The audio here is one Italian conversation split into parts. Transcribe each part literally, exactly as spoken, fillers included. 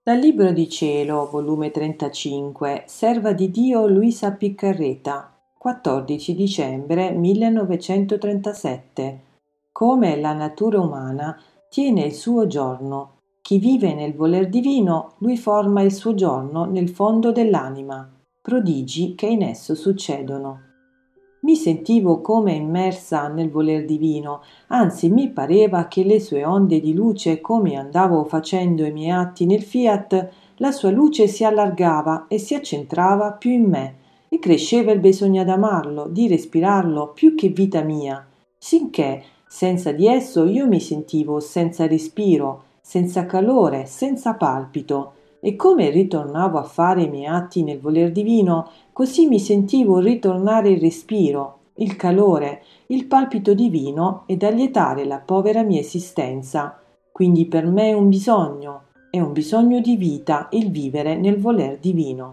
Dal Libro di Cielo, volume trentacinque, Serva di Dio Luisa Piccarreta, quattordici dicembre millenovecentotrentasette. Come la natura umana tiene il suo giorno. Chi vive nel voler divino, lui forma il suo giorno nel fondo dell'anima. Prodigi che in esso succedono. Mi sentivo come immersa nel voler divino, anzi mi pareva che le sue onde di luce, come andavo facendo i miei atti nel fiat, la sua luce si allargava e si accentrava più in me, e cresceva il bisogno d'amarlo, di respirarlo più che vita mia, sinché senza di esso io mi sentivo senza respiro, senza calore, senza palpito, e come ritornavo a fare i miei atti nel voler divino, così mi sentivo ritornare il respiro, il calore, il palpito divino ed allietare la povera mia esistenza. Quindi per me è un bisogno, è un bisogno di vita il vivere nel voler divino.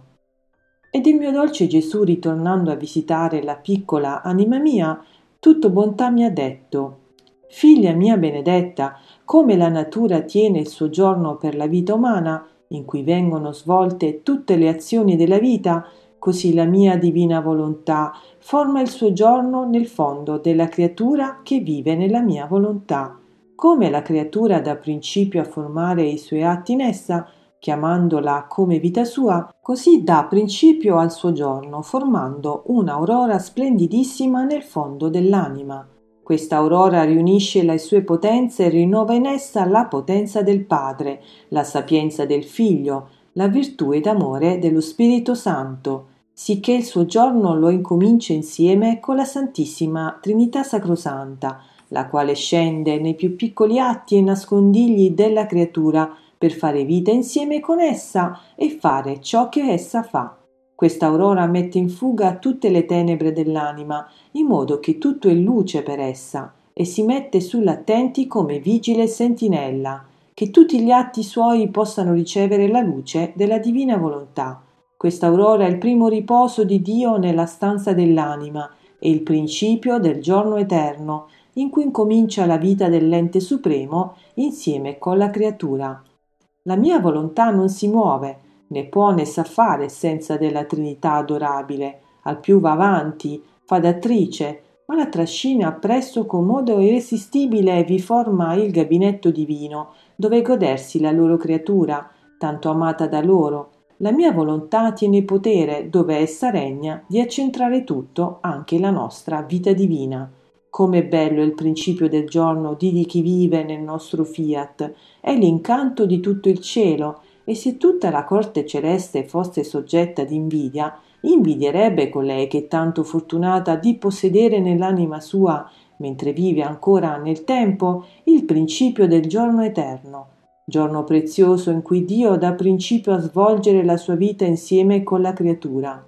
Ed il mio dolce Gesù, ritornando a visitare la piccola anima mia, tutto bontà mi ha detto: «Figlia mia benedetta, come la natura tiene il suo giorno per la vita umana, in cui vengono svolte tutte le azioni della vita, così la mia divina volontà forma il suo giorno nel fondo della creatura che vive nella mia volontà. Come la creatura dà principio a formare i suoi atti in essa, chiamandola come vita sua, così dà principio al suo giorno, formando un'aurora splendidissima nel fondo dell'anima. Questa aurora riunisce le sue potenze e rinnova in essa la potenza del Padre, la sapienza del Figlio, la virtù ed amore dello Spirito Santo, sicché il suo giorno lo incomincia insieme con la Santissima Trinità Sacrosanta, la quale scende nei più piccoli atti e nascondigli della creatura per fare vita insieme con essa e fare ciò che essa fa. Questa aurora mette in fuga tutte le tenebre dell'anima, in modo che tutto è luce per essa, e si mette sull'attenti come vigile sentinella, che tutti gli atti suoi possano ricevere la luce della divina volontà. Questa aurora è il primo riposo di Dio nella stanza dell'anima e il principio del giorno eterno, in cui incomincia la vita dell'ente supremo insieme con la creatura. La mia volontà non si muove, né può né sa fare senza della Trinità adorabile, al più va avanti, fa d'attrice, ma la trascina appresso con modo irresistibile e vi forma il gabinetto divino, dove godersi la loro creatura, tanto amata da loro. La mia volontà tiene potere, dove essa regna, di accentrare tutto, anche la nostra vita divina. Come bello è il principio del giorno di chi vive nel nostro fiat, è l'incanto di tutto il cielo, e se tutta la corte celeste fosse soggetta d'invidia, invidierebbe colei che è tanto fortunata di possedere nell'anima sua, mentre vive ancora nel tempo, il principio del giorno eterno, giorno prezioso in cui Dio dà principio a svolgere la sua vita insieme con la creatura.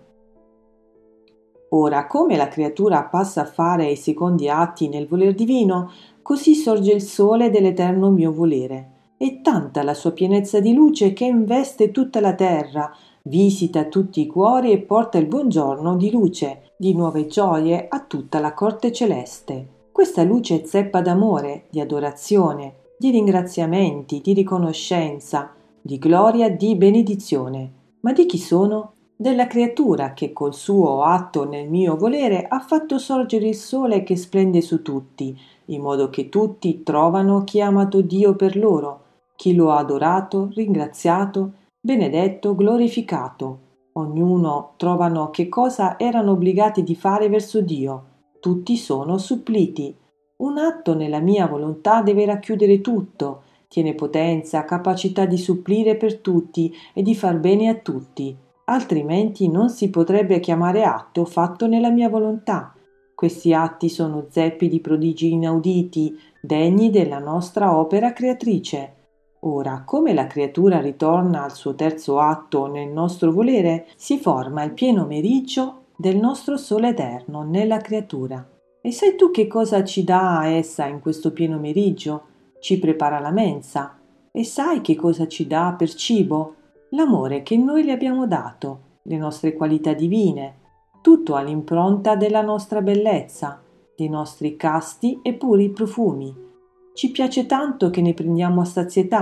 Ora, come la creatura passa a fare i secondi atti nel voler divino, così sorge il sole dell'eterno mio volere. È tanta la sua pienezza di luce che investe tutta la terra, visita tutti i cuori e porta il buongiorno di luce, di nuove gioie a tutta la corte celeste. Questa luce è zeppa d'amore, di adorazione, di ringraziamenti, di riconoscenza, di gloria, di benedizione. Ma di chi sono? Della creatura che col suo atto nel mio volere ha fatto sorgere il sole che splende su tutti, in modo che tutti trovano chi ha amato Dio per loro, chi lo ha adorato, ringraziato, benedetto, glorificato. Ognuno trovano che cosa erano obbligati di fare verso Dio. Tutti sono suppliti. Un atto nella mia volontà deve racchiudere tutto, tiene potenza, capacità di supplire per tutti e di far bene a tutti. Altrimenti non si potrebbe chiamare atto fatto nella mia volontà. Questi atti sono zeppi di prodigi inauditi, degni della nostra opera creatrice. Ora, come la creatura ritorna al suo terzo atto nel nostro volere, si forma il pieno meriggio del nostro sole eterno nella creatura. E sai tu che cosa ci dà a essa in questo pieno meriggio? Ci prepara la mensa. E sai che cosa ci dà per cibo? L'amore che noi le abbiamo dato, le nostre qualità divine, tutto all'impronta della nostra bellezza, dei nostri casti e puri profumi. Ci piace tanto che ne prendiamo a sazietà,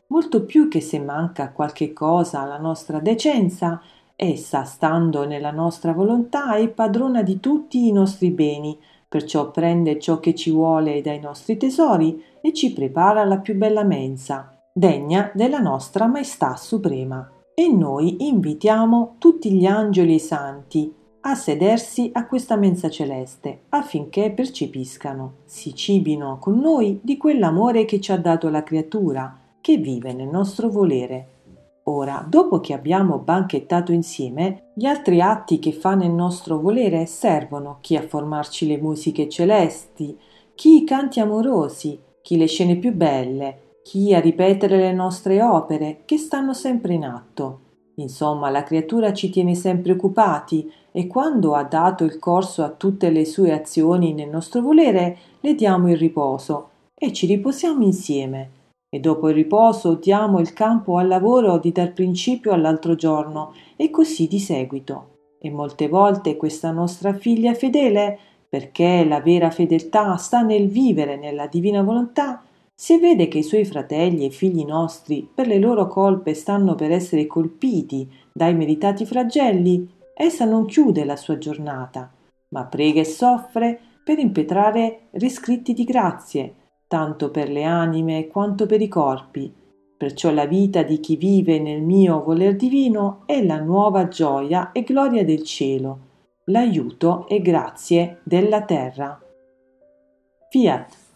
molto più che se manca qualche cosa alla nostra decenza. Essa, stando nella nostra volontà, è padrona di tutti i nostri beni, perciò prende ciò che ci vuole dai nostri tesori e ci prepara la più bella mensa, degna della nostra Maestà Suprema. E noi invitiamo tutti gli angeli e i santi a sedersi a questa mensa celeste, affinché percepiscano, si cibino con noi di quell'amore che ci ha dato la creatura, che vive nel nostro volere. Ora, dopo che abbiamo banchettato insieme, gli altri atti che fa nel nostro volere servono chi a formarci le musiche celesti, chi i canti amorosi, chi le scene più belle, chi a ripetere le nostre opere che stanno sempre in atto. Insomma, la creatura ci tiene sempre occupati e quando ha dato il corso a tutte le sue azioni nel nostro volere, le diamo il riposo e ci riposiamo insieme. E dopo il riposo diamo il campo al lavoro di dar principio all'altro giorno e così di seguito. E molte volte questa nostra figlia fedele, perché la vera fedeltà sta nel vivere nella divina volontà, se vede che i suoi fratelli e figli nostri per le loro colpe stanno per essere colpiti dai meritati flagelli, essa non chiude la sua giornata, ma prega e soffre per impetrare riscritti di grazie, tanto per le anime quanto per i corpi. Perciò la vita di chi vive nel mio voler divino è la nuova gioia e gloria del cielo, l'aiuto e grazie della terra. Fiat.